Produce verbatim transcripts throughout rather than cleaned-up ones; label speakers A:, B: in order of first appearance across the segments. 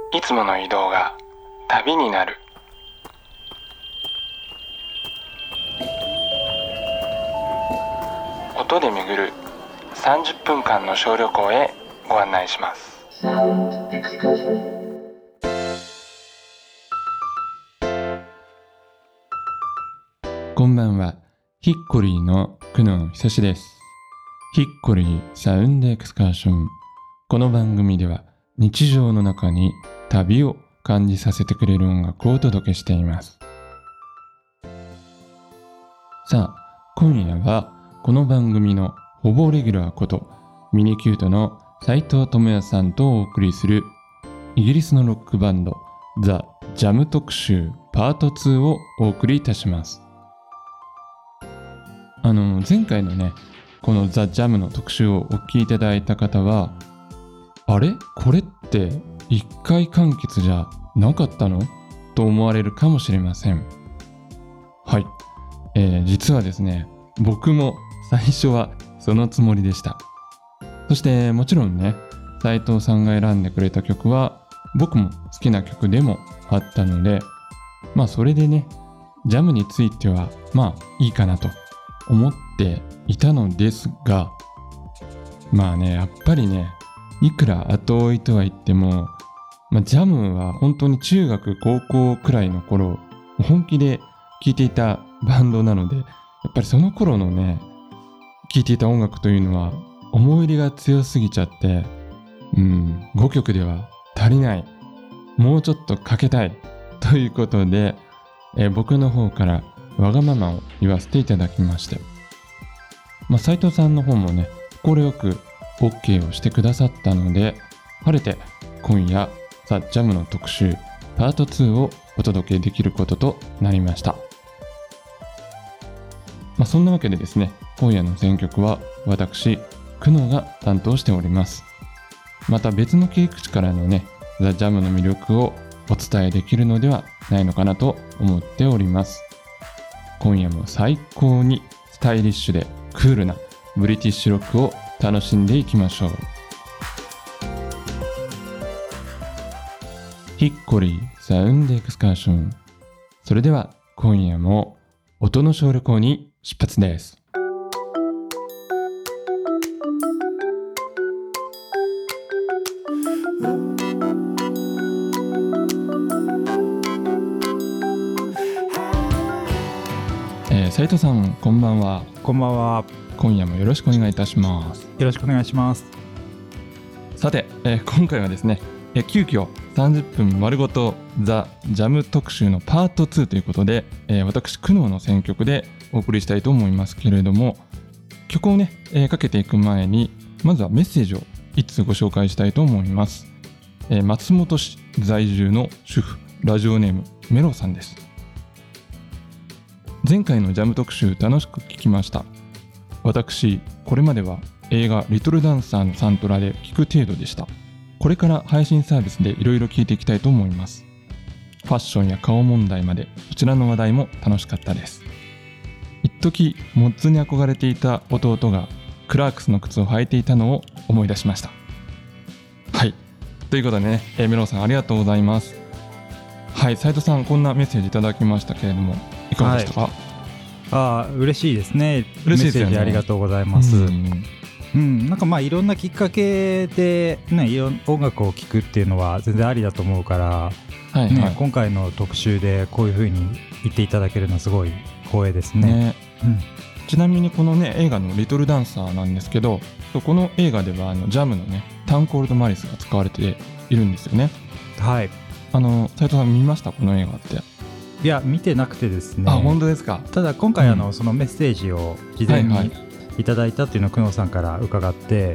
A: いつもの移動が旅になる。音で巡るさんじゅっぷんかんの小旅行へご案内します。
B: こんばんは。ヒッコリーの久野久志です。ヒッコリーサウンドエクスカーション。この番組では日常の中に旅を感じさせてくれる音楽をお届けしています。さあ、今夜はこの番組のほぼレギュラーことミニキュートの斉藤智也さんとお送りするイギリスのロックバンドザ・ジャム特集パートツーをお送りいたします。あの前回のねこのザ・ジャムの特集をお聞きいただいた方は、あれこれって一回完結じゃなかったのと思われるかもしれません。はい、えー、実はですね、僕も最初はそのつもりでした。そしてもちろんね、斉藤さんが選んでくれた曲は僕も好きな曲でもあったので、まあそれでねジャムについてはまあいいかなと思っていたのですが、まあねやっぱりね、いくら後追いとは言っても、まあ、ジャムは本当に中学高校くらいの頃本気で聴いていたバンドなので、やっぱりその頃のね聴いていた音楽というのは思い入れが強すぎちゃって、うんごきょくでは足りない、もうちょっとかけたいということで、えー、僕の方からわがままを言わせていただきまして、まあ、斉藤さんの方もね快く OK をしてくださったので、晴れて今夜ザ・ジャムの特集パートツーをお届けできることとなりました。まあ、そんなわけでですね、今夜の選曲は私久野が担当しております。また別の切り口からのねザ・ジャムの魅力をお伝えできるのではないのかなと思っております。今夜も最高にスタイリッシュでクールなブリティッシュロックを楽しんでいきましょう。ヒッコリーサウンドエクスカーション。それでは今夜も音の小旅行に出発です。えー、斉藤さんこんばんは。
C: こんばんは。
B: 今夜もよろしくお願いいたします。
C: よろしくお願いします。
B: さて、えー、今回はですね、えー、急遽さんじゅっぷん丸ごとザ・ジャム特集のパートツーということで、えー、私久能の選曲でお送りしたいと思いますけれども、曲をね、えー、かけていく前にまずはメッセージを一通ご紹介したいと思います。えー、松本市在住の主婦、ラジオネームメロさんです。前回のジャム特集楽しく聞きました。私これまでは映画リトルダンサーのサントラで聞く程度でした。これから配信サービスでいろいろ聞いていきたいと思います。ファッションや顔問題までこちらの話題も楽しかったです。一時モッツに憧れていた弟がクラークスの靴を履いていたのを思い出しました。はい、ということでね、えー、メロンさんありがとうございます。はい、斉藤さんこんなメッセージいただきましたけれどもいかがでしたか？はい、
C: ああ嬉しいですね。
B: 嬉しいですよね。
C: メッセージありがとうございます。うん、
B: うん、
C: なんかまあいろんなきっかけで、ね、いろん音楽を聴くっていうのは全然ありだと思うから、はいはいね、今回の特集でこういう風に言っていただけるのはすごい光栄ですね。ね、
B: うん、ちなみにこのね映画のリトルダンサーなんですけど、この映画ではあのジャムのねタンコールドマリスが使われているんですよね。はい。あの斉藤さん見ましたこの映画って？
C: いや見てなくてですね。
B: あ、本当ですか。
C: ただ今回あの、うん、そのメッセージを事前にいただいたっていうのを久能さんから伺って、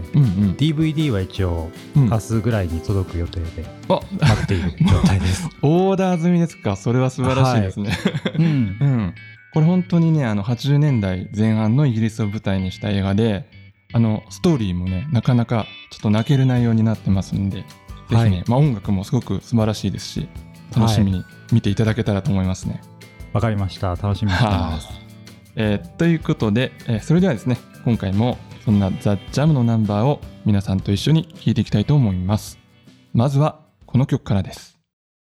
C: うんうん、ディーブイディー は一応明日ぐらいに届く予定で待っている状態です。
B: オーダー済みですか。それは素晴らしいですね。はい、うんうん、これ本当にねあのはちじゅうねんだいぜん半のイギリスを舞台にした映画で、あのストーリーもねなかなかちょっと泣ける内容になってますんで、ぜひね、はい、まあ、音楽もすごく素晴らしいですし楽しみに見ていただけたらと思いますね。
C: わ、はい、かりました。楽しみにしてます。
B: えー、ということで、えー、それではですね今回もそんなザ・ジャムのナンバーを皆さんと一緒に聴いていきたいと思います。まずはこの曲からです。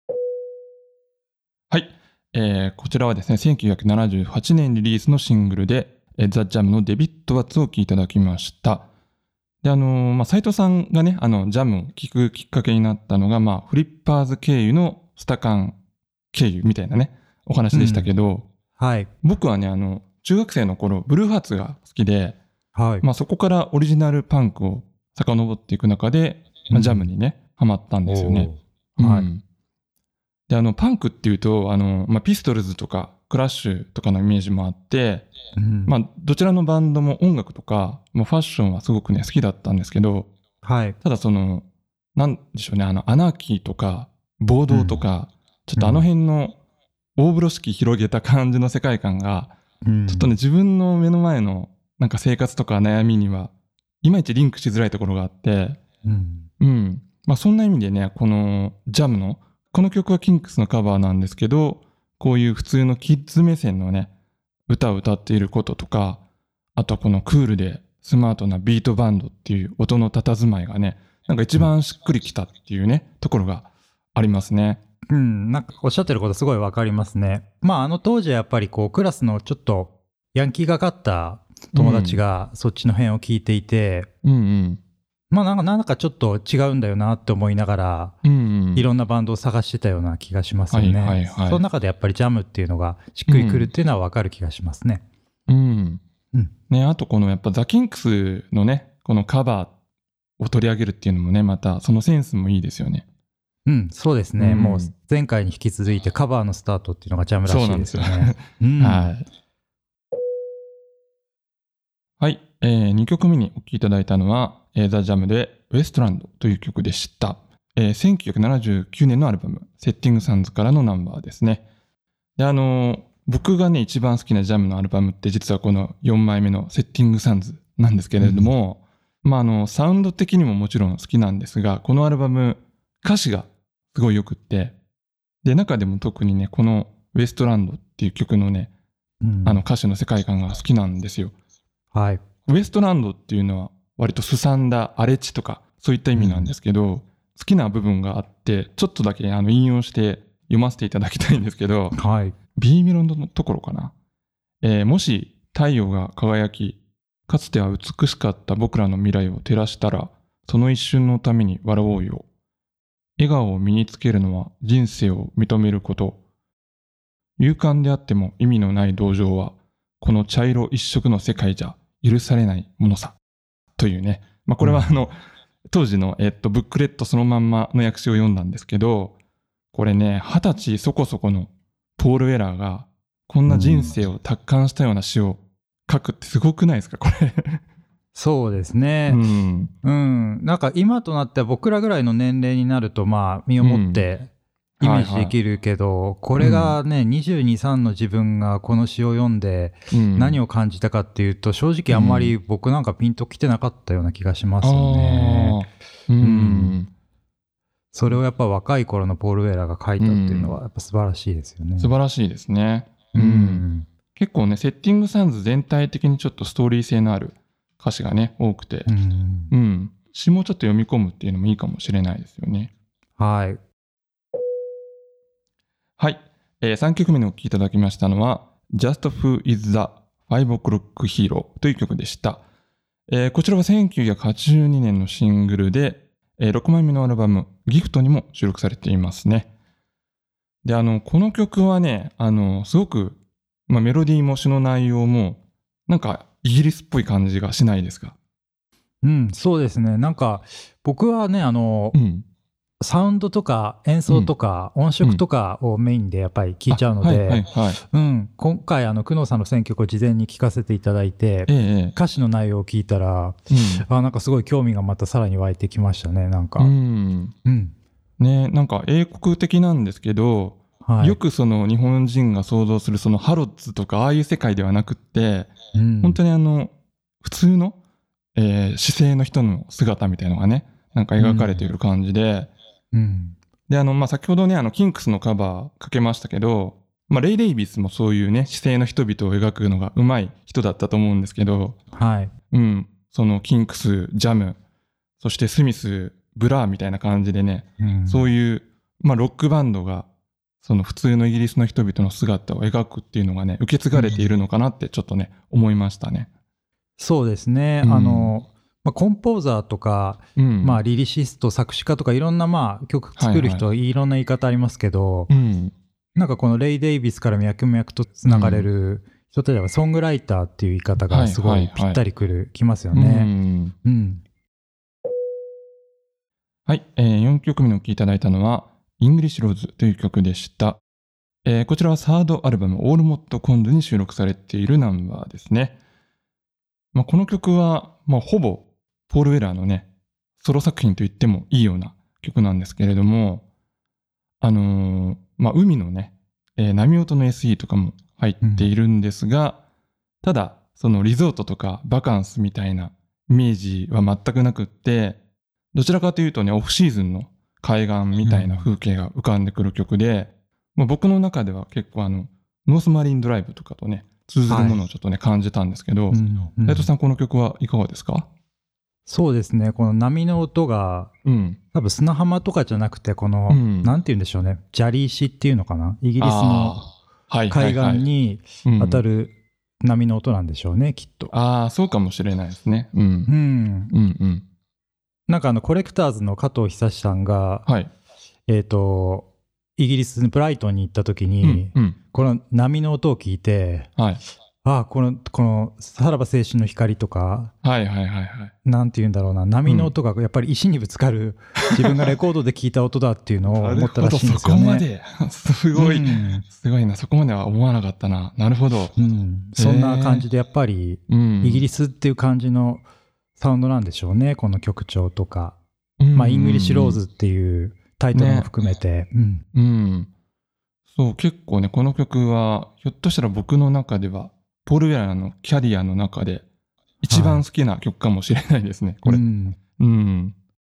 B: はい、えー、こちらはですねせんきゅうひゃくななじゅうはちねんリリースのシングルで、えー、ザ・ジャムのデビッド・ワッツを聴いていただきました。であのーまあ、斉藤さんがねあのジャムを聴くきっかけになったのが、まあ、フリッパーズ経由のスタカン経由みたいなねお話でしたけど、うん
C: はい、
B: 僕はねあの中学生の頃ブルーハーツが好きで、
C: はい
B: まあ、そこからオリジナルパンクを遡っていく中で、まあ、ジャムにね、うん、ハマったんですよね。
C: はい、
B: うん、であのパンクっていうとあの、まあ、ピストルズとかクラッシュとかのイメージもあって、うんまあ、どちらのバンドも音楽とか、まあ、ファッションはすごくね好きだったんですけど、
C: はい、
B: ただそのなんでしょうねあのアナーキーとか暴動とか、うん、ちょっとあの辺の大風呂敷広げた感じの世界観が、うん、ちょっとね自分の目の前のなんか生活とか悩みにはいまいちリンクしづらいところがあって、うんうんまあ、そんな意味でねこのジャムのこの曲はキンクスのカバーなんですけど、こういう普通のキッズ目線のね歌を歌っていることとか、あとはこのクールでスマートなビートバンドっていう音の佇まいがねなんか一番しっくりきたっていうねところがありますね。
C: うん、なんかおっしゃってることすごいわかりますね。まああの当時はやっぱりこうクラスのちょっとヤンキーがかった友達がそっちの辺を聞いていて、うんうんうんまあなんかなんかちょっと違うんだよなって思いながら、うんうん、いろんなバンドを探してたような気がしますよね、はいはいはい、その中でやっぱりジャムっていうのがしっくりくるっていうのは分かる気がしますね、
B: うんうんね、あとこのやっぱザ・キンクスのねこのカバーを取り上げるっていうのもねまたそのセンスもいいですよね。
C: うんそうですね、うん、もう前回に引き続いてカバーのスタートっていうのがジャムらしいですよね。そうなんですよ、うん、はい
B: はい、えー、にきょくめにお聴きいただいたのは、えー、ザ・ジャムでウエストランドという曲でした、えー、せんきゅうひゃくななじゅうきゅうねんのアルバムセッティングサンズからのナンバーですね。であのー、僕がね一番好きなジャムのアルバムって実はこのよんまいめのセッティングサンズなんですけれども、うん、まああのサウンド的にももちろん好きなんですが、このアルバム歌詞がすごいよくって、で中でも特にねこのウエストランドっていう曲のね、うん、あの歌詞の世界観が好きなんですよ。はい、ウエストランドっていうのは割とすさんだ荒れ地とかそういった意味なんですけど、うん、好きな部分があってちょっとだけあの引用して読ませていただきたいんですけど、はい、B メロのところかな、えー、もし太陽が輝きかつては美しかった僕らの未来を照らしたらその一瞬のために笑おうよ。笑顔を身につけるのは人生を認めること。勇敢であっても意味のない同情はこの茶色一色の世界じゃ許されないものさというね、まあ、これはあの、うん、当時の、えっと、ブックレットそのまんまの訳詞を読んだんですけど、これね二十歳そこそこのポール・ウェラーがこんな人生を達観したような詩を書くってすごくないですかこれ
C: そうですね、うんうん、なんか今となっては僕らぐらいの年齢になるとまあ身をもってイメージできるけど、うんはいはい、これがね、うん、にじゅうに、さんの自分がこの詩を読んで何を感じたかっていうと、正直あんまり僕なんかピンときてなかったような気がしますよね、うんうん、それをやっぱ若い頃のポール・ウェラーが書いたっていうのはやっぱ素晴らしいですよね、
B: うん、素晴らしいですね、うんうん、結構ねセッティングサンズ全体的にちょっとストーリー性のある歌詞がね多くて、うんうん、詩もちょっと読み込むっていうのもいいかもしれないですよね。
C: はい
B: はい、えー、さんきょくめにお聴きいただきましたのは Just Who is the Five O'Clock Hero という曲でした、えー、こちらはせんきゅうひゃくはちじゅうにねんのシングルで、えー、ろくまいめのアルバムギフトにも収録されていますね。であのこの曲はねあのすごく、まあ、メロディーも詩の内容もなんかイギリスっぽい感じがしないですか？
C: うんそうですね、なんか僕はねあの、うんサウンドとか演奏とか音色とかをメインでやっぱり聴いちゃうので、今回あの久能さんの選曲を事前に聴かせていただいて、ええ、歌詞の内容を聞いたら、うん、あなんかすごい興味がまたさらに湧いてきましたね。なんか、うんうん、
B: ねなんか英国的なんですけど、はい、よくその日本人が想像するそのハロッズとかああいう世界ではなくって、うん、本当にあの普通の、えー、市井の人の姿みたいなのがねなんか描かれている感じで、うん、であの、まあ、先ほどねあのキンクスのカバーかけましたけど、まあ、レイ・デイビスもそういうね市井の人々を描くのがうまい人だったと思うんですけど、はいうん、そのキンクス、ジャムそしてスミス、 ブラーみたいな感じでね、
C: うん、
B: そういう、まあ、ロックバンドがその普通のイギリスの人々の姿を描くっていうのがね受け継がれているのかなってちょっとね、うん、思いましたね。
C: そうですね、うん、あのまあ、コンポーザーとか、うんまあ、リリシスト作詞家とかいろんなまあ曲作る人、はいはい、いろんな言い方ありますけど、うん、なんかこのレイ・デイビスから脈々とつながれる人たちはソングライターっていう言い方がすごいぴったりくる、はいはいはい、きますよね。うんうん、
B: はい、えー、よんきょくめにお聴きいただいたのはイングリッシュローズという曲でした。えー、こちらはサードアルバムオールモットコンドに収録されているナンバーですね。まあ、この曲は、まあ、ほぼポール・ウェラーのねソロ作品と言ってもいいような曲なんですけれども、あのーまあ、海のね、えー、波音の エスイー とかも入っているんですが、うん、ただそのリゾートとかバカンスみたいなイメージは全くなくって、どちらかというとねオフシーズンの海岸みたいな風景が浮かんでくる曲で、うんまあ、僕の中では結構あのノースマリンドライブとかとね通ずるものをちょっとね、はい、感じたんですけど、斉藤さんこの曲はいかがですか？
C: そうですね、この波の音が、うん、多分砂浜とかじゃなくてこの、うん、なんて言うんでしょうね、砂利石っていうのかな、イギリスの海岸に当たる波の音なんでしょうね、きっと。
B: ああ、そうかもしれないですね。うん、うん、うんうん
C: なんかあのコレクターズの加藤久志さんが、はい、えっとイギリスのブライトンに行った時に、うんうん、この波の音を聞いて、はい、ああこのこのさらば青春の光とか、はいはいはいはい、なんて言うんだろうな、波の音がやっぱり石にぶつかる、うん、自分がレコードで聞いた音だっていうのを思ったらしいんですよね。
B: なるほど、そこまですごい、うん、すごいな、そこまでは思わなかったな。なるほど、
C: うん、そんな感じでやっぱり、うん、イギリスっていう感じのサウンドなんでしょうね、この曲調とか、うんまあ、イングリッシュローズっていうタイトルも含めて、ねうん
B: うん、そう結構ねこの曲はひょっとしたら僕の中ではポール・ウェラーのキャリアの中で一番好きな曲かもしれないですね、はい、これ、うんうん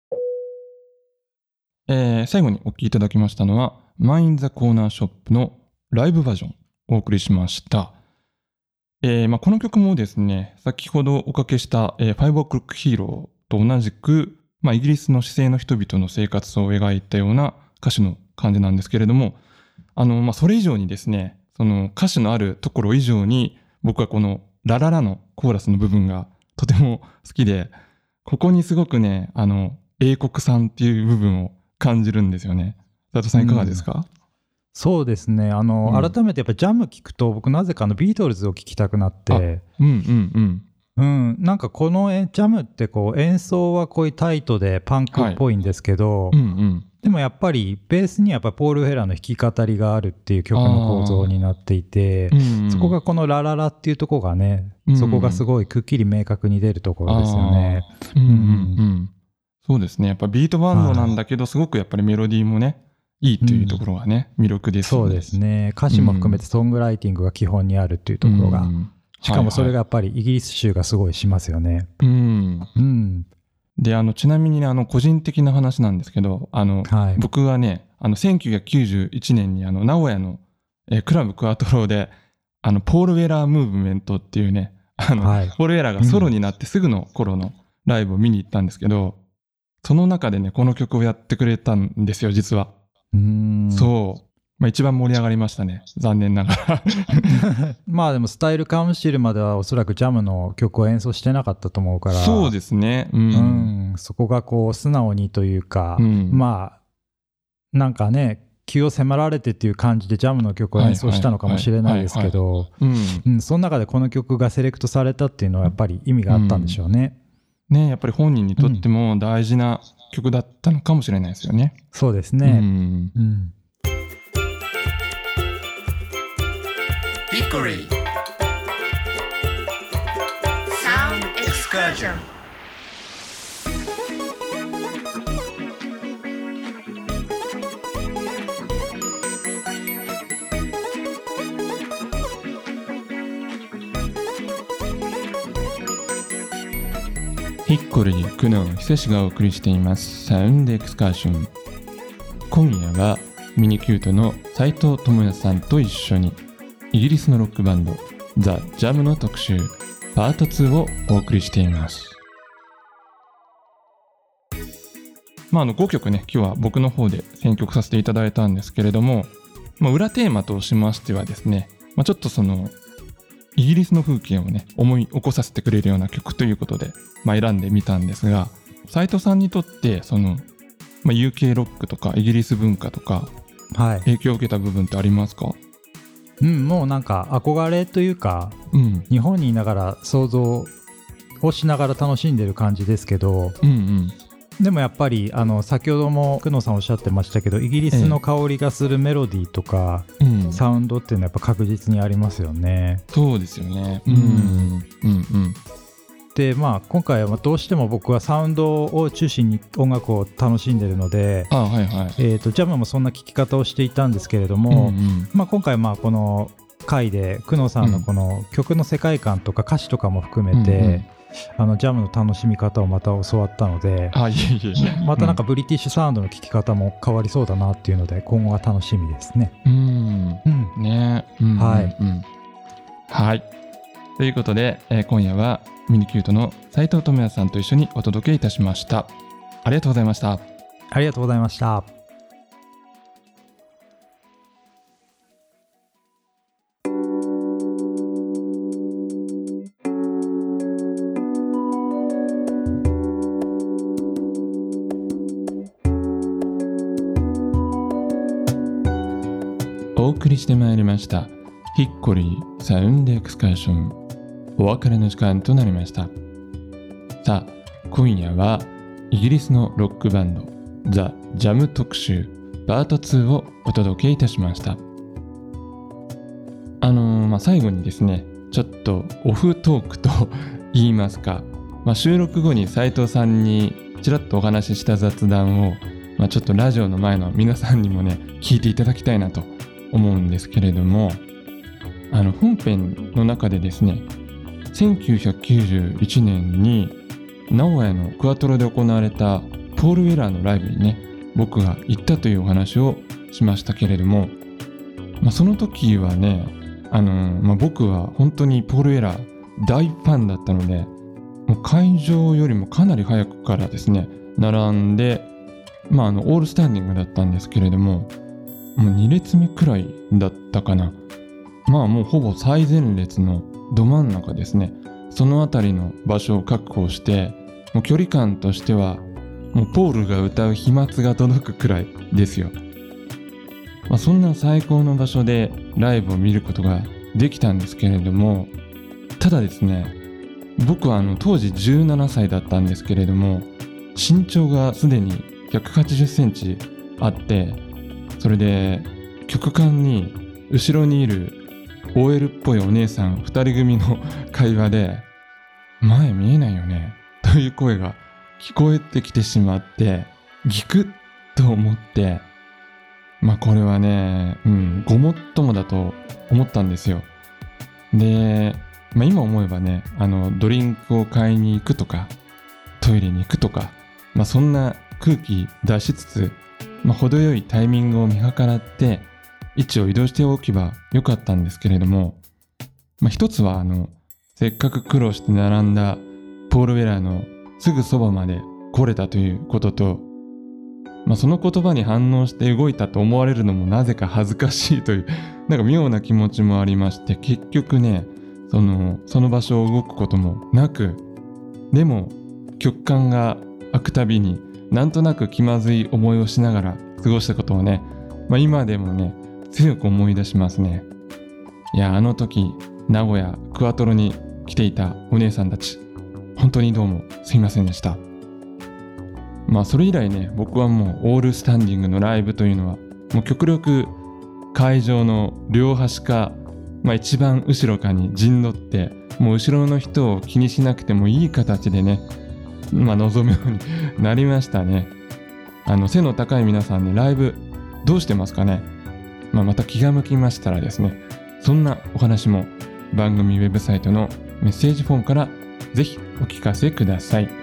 B: えー、最後にお聴きいただきましたのはマイン・ザ・コーナーショップのライブバージョンをお送りしました。えーまあ、この曲もですね先ほどおかけした、えー、ファイブオクロックヒーローと同じく、まあ、イギリスの市井の人々の生活を描いたような歌詞の感じなんですけれども、あの、まあ、それ以上にですねその歌詞のあるところ以上に僕はこのラララのコーラスの部分がとても好きで、ここにすごくねあの英国産っていう部分を感じるんですよね。斉藤さんいかがですか？うん
C: そうですね、あの、うん、改めてやっぱジャム聞くと僕なぜかあのビートルズを聴きたくなって、うんうんうんうん、なんかこのジャムってこう演奏はこういうタイトでパンクっぽいんですけど、はいうんうん、でもやっぱりベースにはやっぱポール・フェラーの弾き語りがあるっていう曲の構造になっていて、うんうん、そこがこのラララっていうところがね、うんうん、そこがすごいくっきり明確に出るところですよね。うんうんうん、
B: そうですね、やっぱビートバンドなんだけどすごくやっぱりメロディーもねいいというところがね、うん、魅力ですね。
C: そうですね、歌詞も含めてソングライティングが基本にあるっていうところが、うん、しかもそれがやっぱりイギリス州がすごいしますよね。うんうん、
B: であのちなみに、ね、あの個人的な話なんですけど、あの、はい、僕はねあのせんきゅうひゃくきゅうじゅういちねんにあの名古屋の、えー、クラブクワトロであのポール・ウェラームーブメントっていうねあの、はい、ポール・ウェラーがソロになってすぐの頃のライブを見に行ったんですけど、うん、その中でねこの曲をやってくれたんですよ実は。うーんそう、まあ、一番盛り上がりましたね、残念ながら
C: まあでもスタイルカウンシルまではおそらくジャムの曲を演奏してなかったと思うから、
B: そうですね、うんうん、
C: そこがこう素直にというか、うん、まあなんかね気を迫られてっていう感じでジャムの曲を演奏したのかもしれないですけど、その中でこの曲がセレクトされたっていうのはやっぱり意味があったんでしょうね。
B: うん、ねやっぱり本人にとっても大事な曲だったのかもしれないですよね。
C: うん、そうですね。うんうん、ヒッコリーサウンドエクスカージョン。
B: ヒッコリー久野久志がお送りしていますサウンドエクスカーション。今夜はミニキュートの斉藤智也さんと一緒にイギリスのロックバンドザ・ジャムの特集パートツーをお送りしています。 まあ、あのごきょくね今日は僕の方で選曲させていただいたんですけれども、まあ、裏テーマとしましてはですね、まあ、ちょっとそのイギリスの風景をね思い起こさせてくれるような曲ということで、まあ、選んでみたんですが、斉藤さんにとってその、まあ、ユーケー ロックとかイギリス文化とか影響を受けた部分ってありますか？
C: うん、もうなんか憧れというか、
B: うん、
C: 日本にいながら想像をしながら楽しんでる感じですけど、
B: うんうん、
C: でもやっぱりあの先ほども久野さんおっしゃってましたけど、イギリスの香りがするメロディーとか、ええ、サウンドっていうのはやっぱ確実にありますよね。
B: そうですよね。うんうんうんうん
C: でまあ、今回はどうしても僕はサウンドを中心に音楽を楽しんでるので、
B: あ、はいはい、
C: えーと、ジャムもそんな聴き方をしていたんですけれども、うんうん、まあ、今回まあこの回で久野さんのこの曲の世界観とか歌詞とかも含めて、うんうん、あのジャムの楽しみ方をまた教わったので、
B: あ、いえいえ、
C: またなんかブリティッシュサウンドの聴き方も変わりそうだなっていうので今後が楽しみですね。
B: うん、うん、ね、うん、
C: はい、
B: うん、はい。ということで、えー、今夜はミニキュートの斉藤智也さんと一緒にお届けいたしました。ありがとうございました。
C: ありがとうございました。
B: お送りしてまいりましたヒッコリーサウンドエクスカーション、お別れの時間となりました。さあ今夜はイギリスのロックバンドザ・ジャム特集パートツーをお届けいたしました。あのー、まあ最後にですね、ちょっとオフトークと言いますか、まあ、収録後に斉藤さんにちらっとお話しした雑談を、まあ、ちょっとラジオの前の皆さんにもね聞いていただきたいなと思うんですけれども、あの本編の中でですね、せんきゅうひゃくきゅうじゅういちねんに名古屋のクワトロで行われたポール・ウェラーのライブにね僕が行ったというお話をしましたけれども、まあ、その時はね、あのーまあ、僕は本当にポール・ウェラー大ファンだったので、もう会場よりもかなり早くからですね並んで、まあ、あのオールスタンディングだったんですけれども、もうに列目くらいだったかな。まあもうほぼ最前列のど真ん中ですね。そのあたりの場所を確保して、もう距離感としてはもうポールが歌う飛沫が届くくらいですよ。まあ、そんな最高の場所でライブを見ることができたんですけれども、ただですね、僕はあの当時じゅうななさいだったんですけれども、身長がすでにひゃくはちじゅっセンチあって、それで曲間に後ろにいる オーエル っぽいお姉さんふたり組の会話で、前見えないよねという声が聞こえてきてしまって、ギクッと思って、まあこれはね、うん、ごもっともだと思ったんですよ。で、まあ、今思えばね、あのドリンクを買いに行くとかトイレに行くとか、まあ、そんな空気出しつつ、まあ、程よいタイミングを見計らって位置を移動しておけばよかったんですけれども、まあ、一つはあのせっかく苦労して並んだポール・ウェラーのすぐそばまで来れたということと、まあ、その言葉に反応して動いたと思われるのもなぜか恥ずかしいというなんか妙な気持ちもありまして、結局ねそのその場所を動くこともなく、でも曲間が開くたびになんとなく気まずい思いをしながら過ごしたことをね、まあ、今でもね強く思い出しますね。いや、あの時名古屋クワトロに来ていたお姉さんたち、本当にどうもすいませんでした。まあそれ以来ね、僕はもうオールスタンディングのライブというのはもう極力会場の両端か、まあ、一番後ろかに陣取って、もう後ろの人を気にしなくてもいい形でね、まあ望むようになりましたね。あの背の高い皆さんね、ライブどうしてますかね。まあ、また気が向きましたらですね、そんなお話も番組ウェブサイトのメッセージフォームからぜひお聞かせください。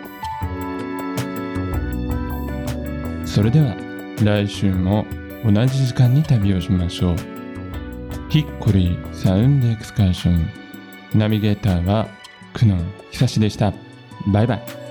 B: それでは来週も同じ時間に旅をしましょう。ヒッコリーサウンドエクスカーション、ナビゲーターは久野久志でした。バイバイ。